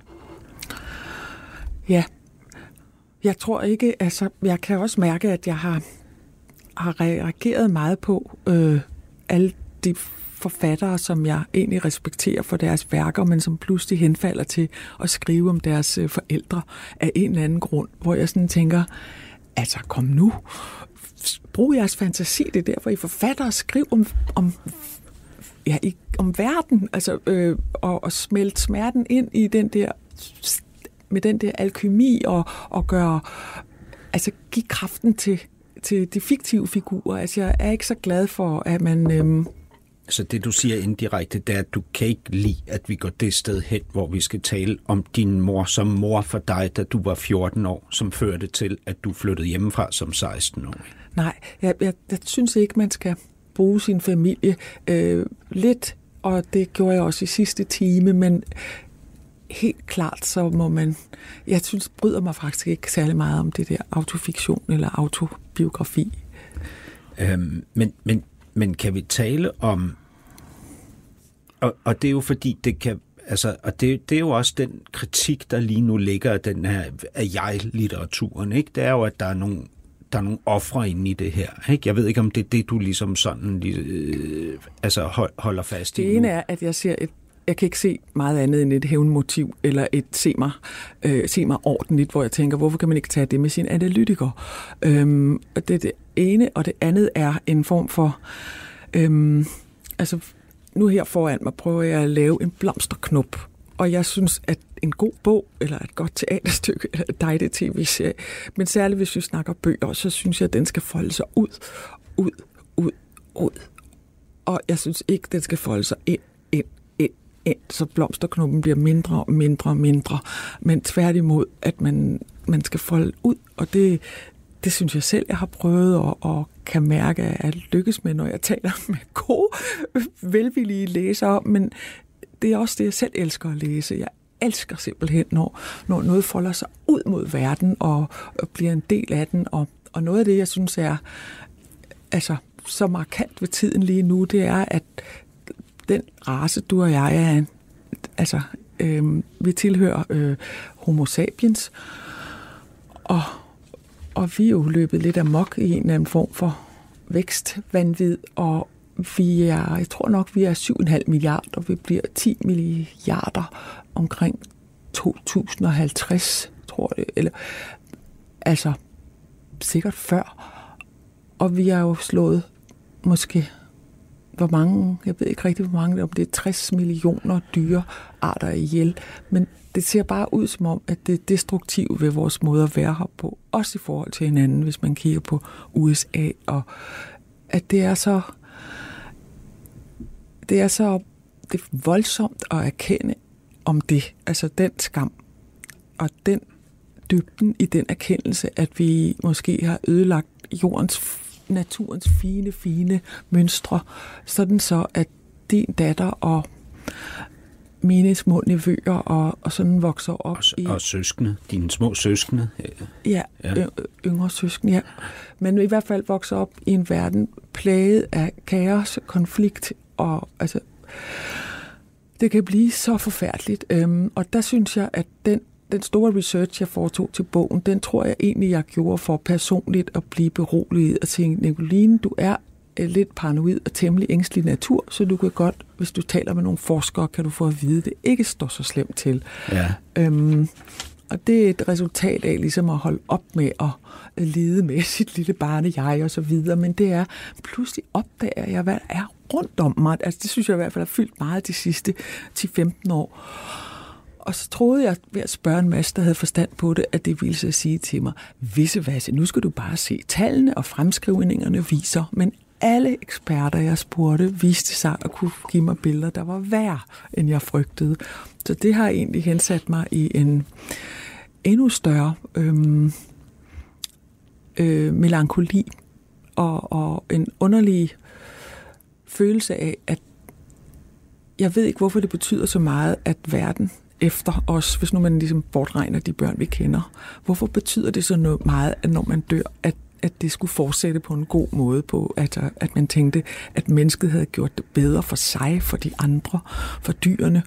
Ja. Jeg tror ikke, altså, jeg kan også mærke, at jeg har, har reageret meget på øh, alle de forfattere, som jeg egentlig respekterer for deres værker, men som pludselig henfalder til at skrive om deres øh, forældre af en eller anden grund, hvor jeg sådan tænker, altså kom nu, brug jeres fantasi, det er derfor I forfattere, skriv om, om ja, i, om verden, altså, øh, og, og smelte smerten ind i den der, med den der alkymi, og, og gøre, altså give kraften til, til de fiktive figurer. Altså, jeg er ikke så glad for, at man... Øh, Så det, du siger indirekte, det er, at du kan ikke lide, at vi går det sted hen, hvor vi skal tale om din mor som mor for dig, da du var fjorten år, som førte til, at du flyttede hjemmefra som seksten-årig. Nej, jeg, jeg, jeg synes ikke, man skal bruge sin familie øh, lidt, og det gjorde jeg også i sidste time, men helt klart, så må man... Jeg synes, bryder mig faktisk ikke særlig meget om det der autofiktion eller autobiografi. Øhm, men, men, men kan vi tale om... Og, og det er jo fordi, det kan... Altså, og det, det er jo også den kritik, der lige nu ligger af den her af jeg-litteraturen, ikke? Det er jo, at der er nogle, der er nogle ofre inde i det her, ikke? Jeg ved ikke, om det er det, du ligesom sådan øh, altså hold, holder fast i. Det ene er, at jeg ser et Jeg kan ikke se meget andet end et hævnmotiv, eller et se mig, øh, se mig ordentligt, hvor jeg tænker, hvorfor kan man ikke tage det med sin analytiker? Øhm, det er det ene, og det andet er en form for... Øhm, altså, nu her foran mig prøver jeg at lave en blomsterknop, og jeg synes, at en god bog, eller et godt teaterstykke, eller et dejligt tv-serie, men særligt hvis vi snakker bøger, så synes jeg, at den skal folde sig ud, ud, ud, ud. Og jeg synes ikke, den skal folde sig ind, ind, ind, ind, så blomsterknoppen bliver mindre og mindre og mindre, men tværtimod, at man, man skal folde ud, og det, det synes jeg selv, jeg har prøvet og, og kan mærke, at jeg lykkes med, når jeg taler med gode, velvillige læsere, men det er også det, jeg selv elsker at læse. Jeg elsker simpelthen, når, når noget folder sig ud mod verden og, og bliver en del af den, og, og noget af det, jeg synes er altså, så markant ved tiden lige nu, det er, at den race, du og jeg er, en, altså Øh, vi tilhører øh, Homo sapiens, og, og vi er jo løbet lidt amok i en eller anden form for vækstvanvid, og vi er, jeg tror nok, vi er syv komma fem milliarder, og vi bliver ti milliarder omkring to tusind og halvtreds, tror jeg, eller altså sikkert før. Og vi har jo slået måske, hvor mange, jeg ved ikke rigtig, hvor mange, om det er tres millioner dyrearter ihjel, men det ser bare ud som om, at det er destruktivt ved vores måde at være her på, også i forhold til hinanden, hvis man kigger på U S A, og at det er så det er så det er voldsomt at erkende om det, altså den skam og den dybden i den erkendelse, at vi måske har ødelagt jordens, naturens fine, fine mønstre, sådan så, at din datter og mine små nevøer og, og sådan vokser op og, i... Og søskende, dine små søskende. Ja, ja. Yngre søskende, ja. Men i hvert fald vokser op i en verden plaget af kaos, konflikt, og altså... Det kan blive så forfærdeligt. Øhm, og der synes jeg, at den, den store research, jeg foretog til bogen, den tror jeg egentlig, jeg gjorde for personligt at blive beroliget og tænke, Nicoline, du er lidt paranoid og temmelig ængstelig natur, så du kan godt, hvis du taler med nogle forskere, kan du få at vide, at det ikke står så slemt til. Ja. Øhm, og det er et resultat af ligesom at holde op med at lide med sit lille barne, jeg og så videre, men det er, pludselig opdager jeg, hvad der er rundt om mig. Altså det synes jeg i hvert fald har fyldt meget de sidste ti til femten år. Og så troede jeg ved at spørge en masse, der havde forstand på det, at det ville så sige til mig, vissevasse, nu skal du bare se tallene og fremskrivningerne viser, men alle eksperter, jeg spurgte, viste sig at kunne give mig billeder, der var værre, end jeg frygtede. Så det har egentlig hensat mig i en endnu større øhm, øh, melankoli og, og en underlig følelse af, at jeg ved ikke, hvorfor det betyder så meget, at verden efter os, hvis nu man ligesom bortregner de børn, vi kender, hvorfor betyder det så noget meget, at når man dør, at at det skulle fortsætte på en god måde, på at, at man tænkte, at mennesket havde gjort det bedre for sig, for de andre, for dyrene.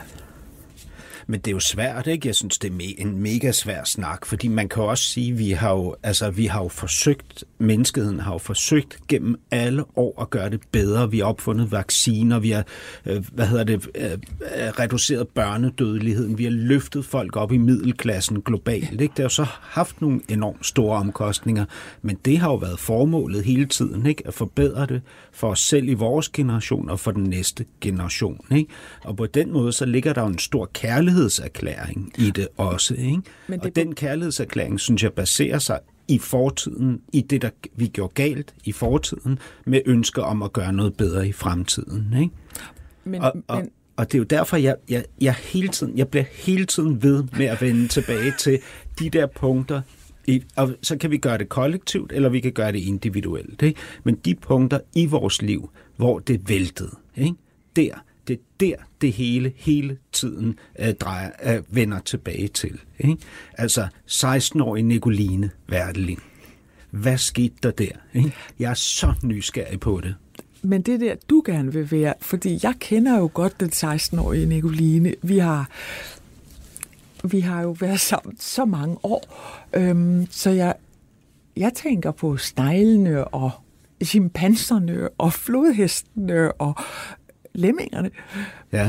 Men det er jo svært, ikke? Jeg synes, det er en mega svær snak, fordi man kan også sige, at vi har jo, altså, vi har jo forsøgt, menneskeheden har jo forsøgt gennem alle år at gøre det bedre. Vi har opfundet vacciner, vi har øh, hvad hedder det, øh, reduceret børnedødeligheden, vi har løftet folk op i middelklassen globalt. Ikke? Det har jo så haft nogle enormt store omkostninger, men det har jo været formålet hele tiden, ikke? At forbedre det for os selv i vores generation og for den næste generation. Ikke? Og på den måde, så ligger der jo en stor kærlighed kærlighedserklæring i det også, ikke? Men det og den kærlighedserklæring, synes jeg, baserer sig i fortiden, i det, der vi gjorde galt i fortiden, med ønsker om at gøre noget bedre i fremtiden, ikke? Men, og, og, men... og det er jo derfor, jeg, jeg, jeg, hele tiden, jeg bliver hele tiden ved med at vende tilbage til de der punkter, i, og så kan vi gøre det kollektivt, eller vi kan gøre det individuelt, ikke? Men de punkter i vores liv, hvor det væltede, ikke? Der Det er der, det hele, hele tiden uh, drejer, uh, vender tilbage til. Ikke? Altså seksten-årige Nicoline Werdelin. Hvad skete der der? Ikke? Jeg er så nysgerrig på det. Men det der, du gerne vil være, fordi jeg kender jo godt den seksten-årige Nicoline. Vi har, vi har jo været sammen så mange år, øhm, så jeg, jeg tænker på sneglene og chimpanserne og flodhestene og lemmingerne. Ja.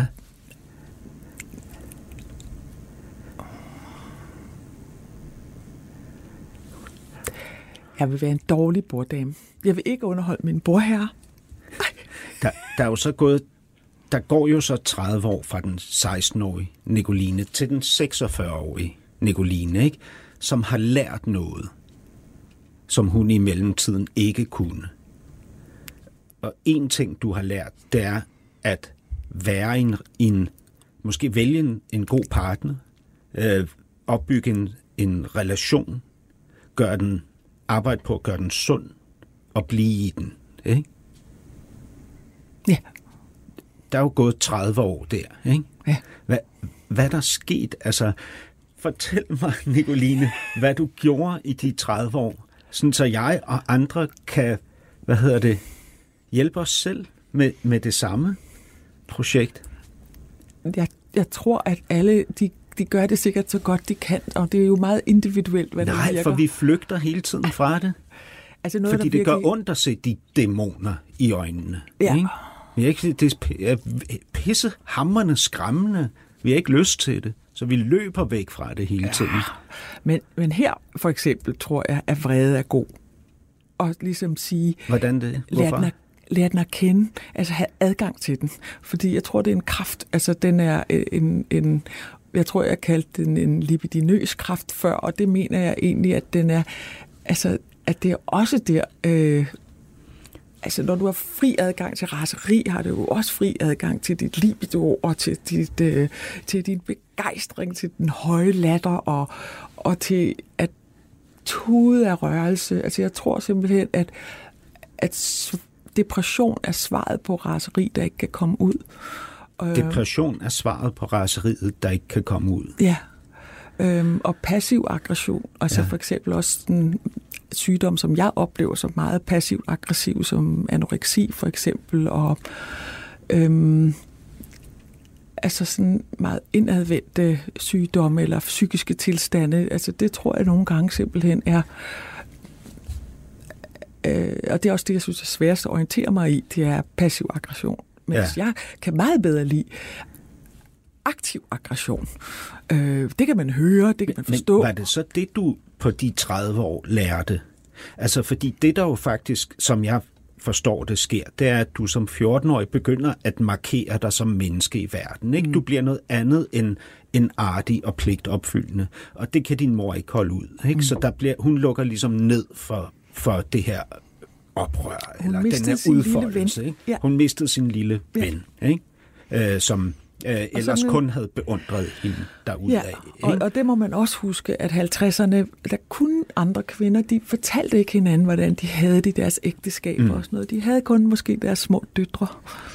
Jeg vil være en dårlig borddame. Jeg vil ikke underholde min bordherre. Der, der er jo så gået, der går jo så tredive år fra den seksten-årige Nicoline til den seksogfyrre-årige Nicoline, ikke? Som har lært noget, som hun i mellemtiden ikke kunne. Og en ting, du har lært, det er at være en, en måske vælge en, en god partner, øh, opbygge en, en relation, gøre den, arbejde på at gøre den sund og blive i den. Ikke? Ja. Der er jo gået tredive år der. Ikke? Ja. Hvad, hvad der er sket? Altså, fortæl mig, Nicoline, hvad du gjorde i de tredive år, sådan så jeg og andre kan, hvad hedder det, hjælpe os selv med, med det samme projekt. Jeg, jeg tror, at alle, de, de gør det sikkert så godt, de kan, og det er jo meget individuelt, hvad Nej, der virker. for vi flygter hele tiden fra det. Altså noget, Fordi der virkelig... det gør ondt at se de dæmoner i øjnene. Ja. Ikke? Vi er ikke, det er pisse, hamrende, skræmmende. Vi har ikke lyst til det, så vi løber væk fra det hele tiden. Ja. Men, men her for eksempel tror jeg, at vrede er god. Og ligesom sige... Hvordan det? Hvorfor? Lær den at kende, altså have adgang til den. Fordi jeg tror, det er en kraft. Altså den er en... en jeg tror, jeg kaldte den en libidinøs kraft før, og det mener jeg egentlig, at den er... Altså, at det er også der... Øh, altså, når du har fri adgang til raseri, har du jo også fri adgang til dit libido og til, dit, øh, til din begejstring, til den høje latter og, og til at tude af rørelse. Altså, jeg tror simpelthen, at, at depression er svaret på raseri, der ikke kan komme ud. Depression er svaret på raseriet, der ikke kan komme ud. Ja, øhm, og passiv aggression, altså ja. For eksempel også den sygdom, som jeg oplever som meget passiv-aggressiv, som anoreksi for eksempel, og øhm, altså sådan meget indadvendte sygdomme eller psykiske tilstande. Altså det tror jeg nogle gange simpelthen er, øh, og det er også det, jeg synes er sværest at orientere mig i, det er passiv aggression. Men ja. Jeg kan meget bedre lide aktiv aggression. Øh, det kan man høre, det kan man forstå. Men var det så det, du på de tredive år lærte? Altså, fordi det, der jo faktisk, som jeg forstår det sker, det er, at du som fjorten-årig begynder at markere dig som menneske i verden. Ikke? Mm. Du bliver noget andet end, end artig og pligtopfyldende. Og det kan din mor ikke holde ud. Ikke? Mm. Så der bliver, hun lukker ligesom ned for, for det her oprør, hun eller den her udfoldelse. Ikke? Ja. Hun mistede sin lille ja. ven, ikke? Øh, som øh, ellers nu... kun havde beundret hende derudad. Ja, og, og det må man også huske, at halvtredserne, der kunne andre kvinder, de fortalte ikke hinanden, hvordan de havde det i deres ægteskab mm. og sådan noget. De havde kun måske deres små døtre.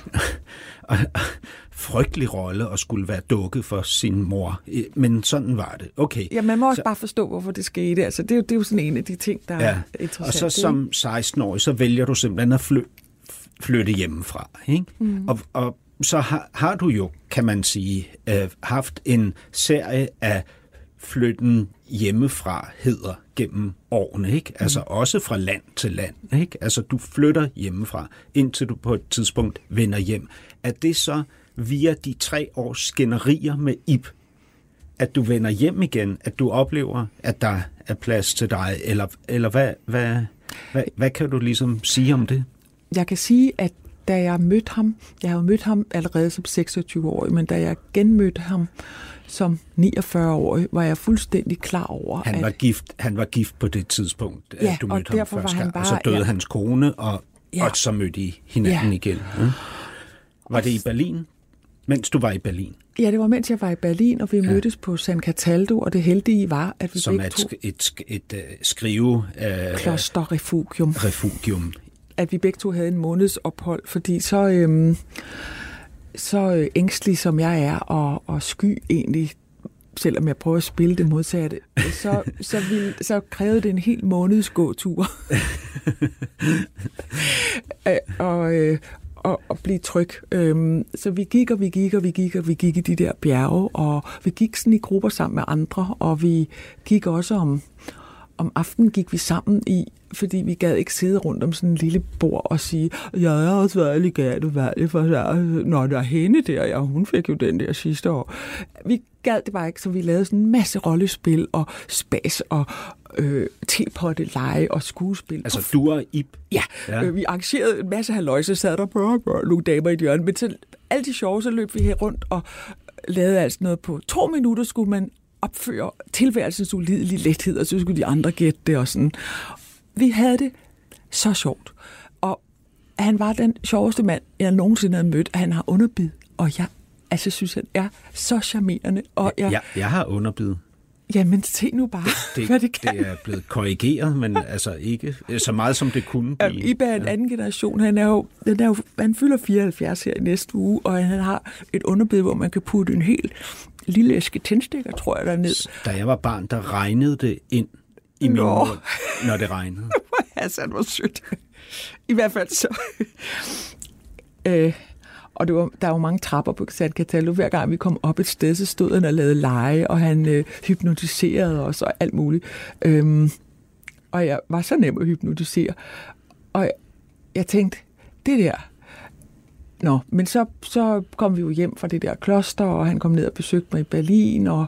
Frygtelig rolle at skulle være dukke for sin mor. Men sådan var det. Okay. Ja, man må også så, bare forstå, hvorfor det skete. Altså, det, er jo, det er jo sådan en af de ting, der ja. er interessant. Og så som seksten-årig, så vælger du simpelthen at fly, flytte hjemmefra. Ikke? Mm. Og, og så har, har du jo, kan man sige, øh, haft en serie af flytten hjemmefra hedder gennem årene, ikke? Altså mm. også fra land til land, ikke? Altså du flytter hjemmefra, indtil du på et tidspunkt vender hjem. Er det så via de tre års skænderier med Ib, at du vender hjem igen, at du oplever, at der er plads til dig, eller, eller hvad, hvad, hvad, hvad kan du ligesom sige om det? Jeg kan sige, at da jeg mødte ham, jeg har jo mødt ham allerede som seksogtyve-årig, men da jeg genmødte ham som niogfyrre-årig, var jeg fuldstændig klar over, han var at... gift, han var gift på det tidspunkt, ja, at du mødte ham første gang, bare, og så døde ja. hans kone, og, ja. og så mødte I hinanden ja. igen. Ja. Var det i Berlin, mens du var i Berlin? Ja, det var mens jeg var i Berlin, og vi ja. mødtes på San Cataldo, og det heldige var, at vi som begge to... Som et, et, et, et skrive... Uh, klosterrefugium. Refugium. At vi begge to havde en måneds ophold, fordi så, øhm, så ængstelig som jeg er, og, og sky egentlig, selvom jeg prøver at spille det modsatte, så, så, ville, så krævede det en hel måneds gåtur. og, øh, og, og blive tryg. Øhm, så vi gik, og vi gik, og vi gik, og vi gik i de der bjerge, og vi gik sådan i grupper sammen med andre, og vi gik også om, om aftenen gik vi sammen i, fordi vi gad ikke sidde rundt om sådan en lille bord og sige, jeg har også været alligator valg for så, når der er hende der, ja, hun fik jo den der sidste år. Vi gad det bare ikke, så vi lavede sådan en masse rollespil og spas og øh, tepotte-lege og skuespil. Altså du og Ib? Ja, ja. Øh, vi arrangerede en masse halløjse, sad der på nogle damer i hjørnet, men så alt det sjove, så løb vi her rundt og lavede altså noget på to minutter, skulle man opføre tilværelsens ulidelige lethed, og så skulle de andre gætte det og sådan. Vi havde det så sjovt. Og han var den sjoveste mand, jeg nogensinde havde mødt. Han har underbid, og jeg altså, synes, han er så charmerende. Og jeg, ja, jeg har underbid. Jamen, se nu bare, det, hvad det kan. Det er blevet korrigeret, men altså ikke så meget, som det kunne blive. Ibe er en anden generation. Han, er jo, han, er jo, han fylder fireoghalvfjerds her i næste uge, og han har et underbid, hvor man kan putte en helt lille æske tændstikker, tror jeg, derned. Da jeg var barn, der regnede det ind i min mund, når det regnede. Altså, det var sødt. I hvert fald så. øh, Og det var, der var mange trapper på San Cataldo. Hver gang vi kom op et sted, så stod han og lavede lege, og han øh, hypnotiserede os og alt muligt. Øhm, og jeg var så nem at hypnotisere. Og jeg, jeg tænkte, det der... Nå, men så, så kom vi jo hjem fra det der kloster, og han kom ned og besøgte mig i Berlin, og,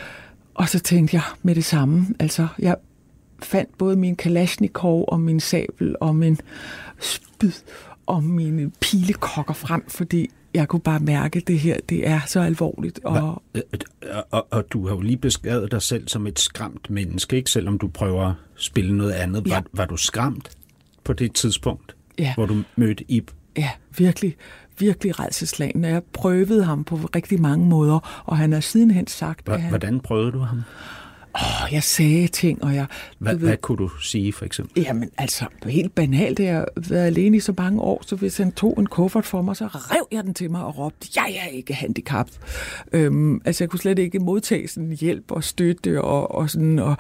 og så tænkte jeg med det samme. Altså, jeg fandt både min Kalashnikov og min sabel og min spyd og mine pilekokker frem, fordi jeg kunne bare mærke, at det her, det er så alvorligt. Og, og, og, og du har jo lige beskrevet dig selv som et skræmt menneske, ikke? Selvom du prøver at spille noget andet. Ja. Var, var du skræmt på det tidspunkt, ja. hvor du mødte Ib? Ja, virkelig, virkelig rædselsslagen. Jeg prøvede ham på rigtig mange måder, og han har sidenhen sagt... H- han... Hvordan prøvede du ham? Åh, jeg sagde ting, og jeg... Hvad, ved... hvad kunne du sige, for eksempel? Jamen, altså, helt banalt. Jeg har været alene i så mange år, så hvis han tog en kuffert for mig, så rev jeg den til mig og råbte, jeg er ikke handicappet. Øhm, altså, jeg kunne slet ikke modtage sådan hjælp og støtte og, og sådan... Og,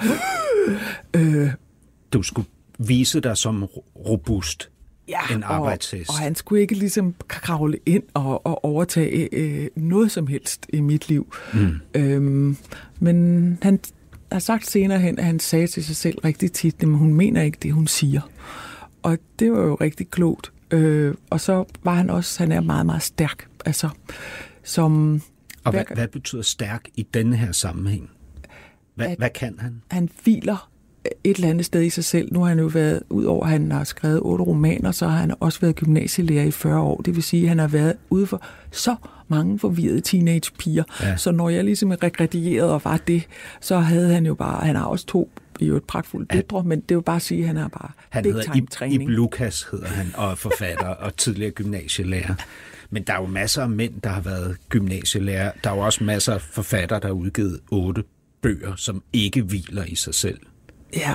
øh... Du skulle vise dig som robust. Ja, en arbejdshest. Og, og han skulle ikke ligesom kravle ind og, og overtage øh, noget som helst i mit liv. Mm. Øhm, men han har sagt senere hen, at han sagde til sig selv rigtig tit, at hun mener ikke det, hun siger. Og det var jo rigtig klogt. Øh, og så var han også, han er meget, meget stærk. Altså, som... Og hvad, hvad betyder stærk i denne her sammenhæng? Hvad, hvad kan han? Han hviler et eller andet sted i sig selv. Nu har han jo været, udover at han har skrevet otte romaner, så har han også været gymnasielærer i fyrre år. Det vil sige, at han har været ude for så mange forvirrede teenagepiger. Ja. Så når jeg ligesom regredieret og var det, så havde han jo bare, han har også to jo et pragtfuldt døtre, men det vil bare sige, at han er bare han big time Ib, træning. Ib Lukas hedder han, og er forfatter og tidligere gymnasielærer. Men der er jo masser af mænd, der har været gymnasielærer. Der er jo også masser af forfattere, der har udgivet otte bøger, som ikke hviler i sig selv. Ja,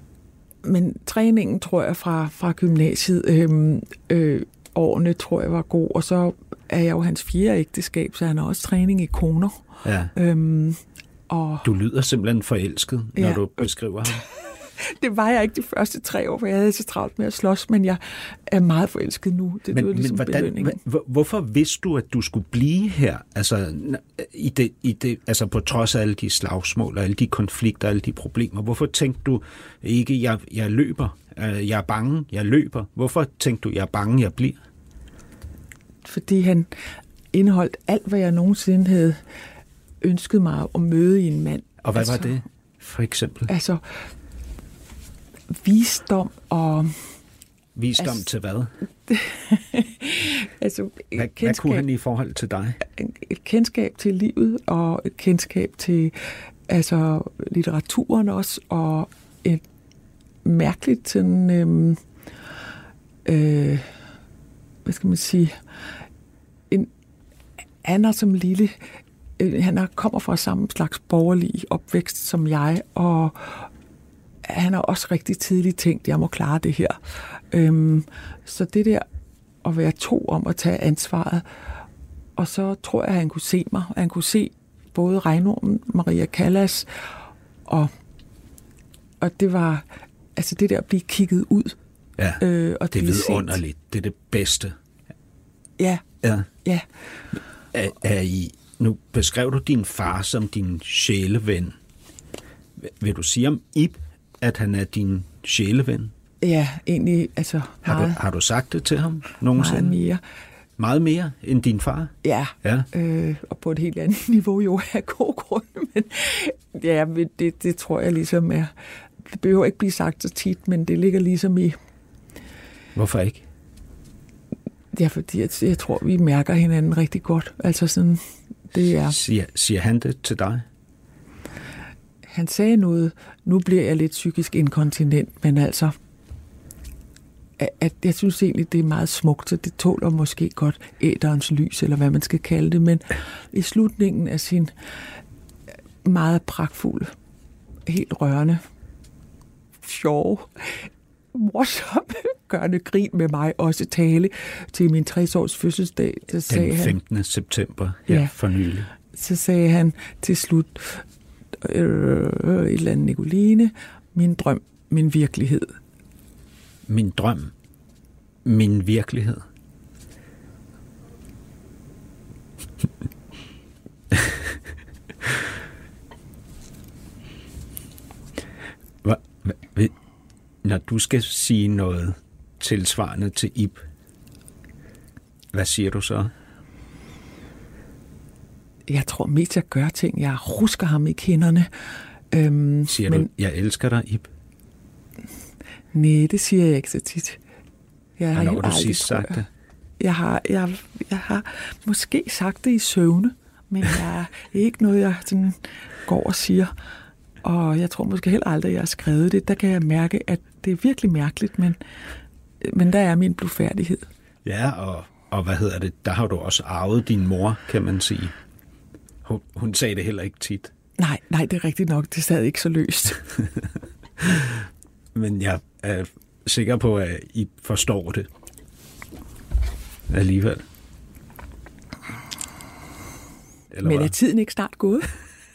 men træningen, tror jeg, fra, fra gymnasiet, øh, øh, årene, tror jeg, var god. Og så er jeg jo hans fjerde ægteskab, så han har også træning i koner. Ja. Øhm, og du lyder simpelthen forelsket, når ja. du beskriver ham. Det var jeg ikke de første tre år, for jeg havde så travlt med at slås, men jeg er meget forelsket nu. Det men, var ligesom men hvordan, hvor, hvorfor vidste du, at du skulle blive her? Altså, i det, i det, altså på trods af alle de slagsmål og alle de konflikter og alle de problemer. Hvorfor tænkte du ikke, jeg, jeg løber, jeg er bange, jeg løber? Hvorfor tænkte du, jeg er bange, jeg bliver? Fordi han indeholdt alt, hvad jeg nogensinde havde ønsket mig at møde i en mand. Og hvad altså, var det, for eksempel? Altså... visdom og... Visdom altså, til hvad? altså, hvad, hvad kunne han i forhold til dig? Et kendskab til livet, og et kendskab til altså, litteraturen også, og et mærkeligt sådan... Øhm, øh, hvad skal man sige? En, han er som lille... Øh, han er, kommer fra samme slags borgerlig opvækst som jeg, og... han har også rigtig tidligt tænkt, at jeg må klare det her. Øhm, så det der at være to om at tage ansvaret, og så tror jeg, at han kunne se mig. Han kunne se både Regnormen, Maria Callas, og, og det var altså det der at blive kigget ud. Ja, øh, og det er vidunderligt. Det er det bedste. Ja. Ja. ja. Er, er I, nu beskrev du din far som din sjæleven. Vil du sige om Ib, at han er din sjæleven? Ja, egentlig, altså har meget. Du, har du sagt det til ham nogensinde? Meget mere. Meget mere end din far? Ja, ja. Øh, og på et helt andet niveau jo af god grund, men ja, det, det tror jeg ligesom er, det behøver ikke blive sagt så tit, men det ligger ligesom i... Hvorfor ikke? Ja, fordi jeg, jeg tror, vi mærker hinanden rigtig godt. Altså sådan, det er... Siger, siger han det til dig? Han sagde noget, nu bliver jeg lidt psykisk inkontinent, men altså, at, at jeg synes egentlig, det er meget smukt, så det tåler måske godt æterens lys, eller hvad man skal kalde det, men i slutningen af sin meget pragtfulde, helt rørende, sjove, morsomme, gørende grin med mig, også tale til min tres års fødselsdag. Så sagde den femtende Han, september, her ja, for nylig. Så sagde han til slut, øh, et eller andet Nicoline, min drøm, min virkelighed. Min drøm, min virkelighed. når du skal sige noget tilsvarende til Ib, hvad siger du så? Jeg tror mest, jeg gør ting. Jeg rusker ham i kinderne. Øhm, siger men, du, jeg elsker dig, Ib? Nej, det siger jeg ikke så tit. Jeg har Hvornår aldrig, du sidst sagt det? Jeg har, jeg, jeg har måske sagt det i søvne, men jeg er ikke noget, jeg sådan går og siger. Og jeg tror måske heller aldrig, jeg har skrevet det. Der kan jeg mærke, at det er virkelig mærkeligt, men, men der er min blufærdighed. Ja, og, og hvad hedder det? Der har du også arvet din mor, kan man sige. Hun, hun sagde det heller ikke tit. Nej, nej, det er rigtigt nok. Det sad ikke så løst. Men jeg er sikker på, at I forstår det alligevel. Eller Men hvad? er tiden ikke snart gået?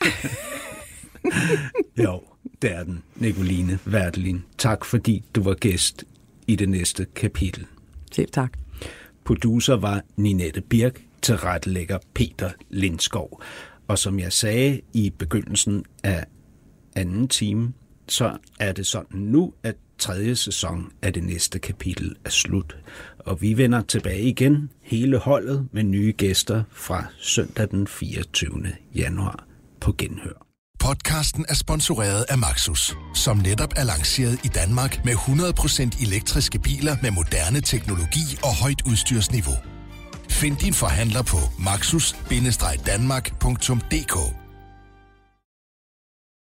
Jo, det er den, Nicoline Werdelin. Tak fordi du var gæst i det næste kapitel. Selv tak. Producer var Ninette Birk, tilrettelægger Peter Lindskov. Og som jeg sagde i begyndelsen af anden time, så er det sådan nu, at tredje sæson af det næste kapitel er slut. Og vi vender tilbage igen, hele holdet, med nye gæster fra søndag den fireogtyvende januar på Genhør. Podcasten er sponsoreret af Maxus, som netop er lanceret i Danmark med hundrede procent elektriske biler med moderne teknologi og højt udstyrsniveau. Find din forhandler på maxus bindestreg danmark punktum d k.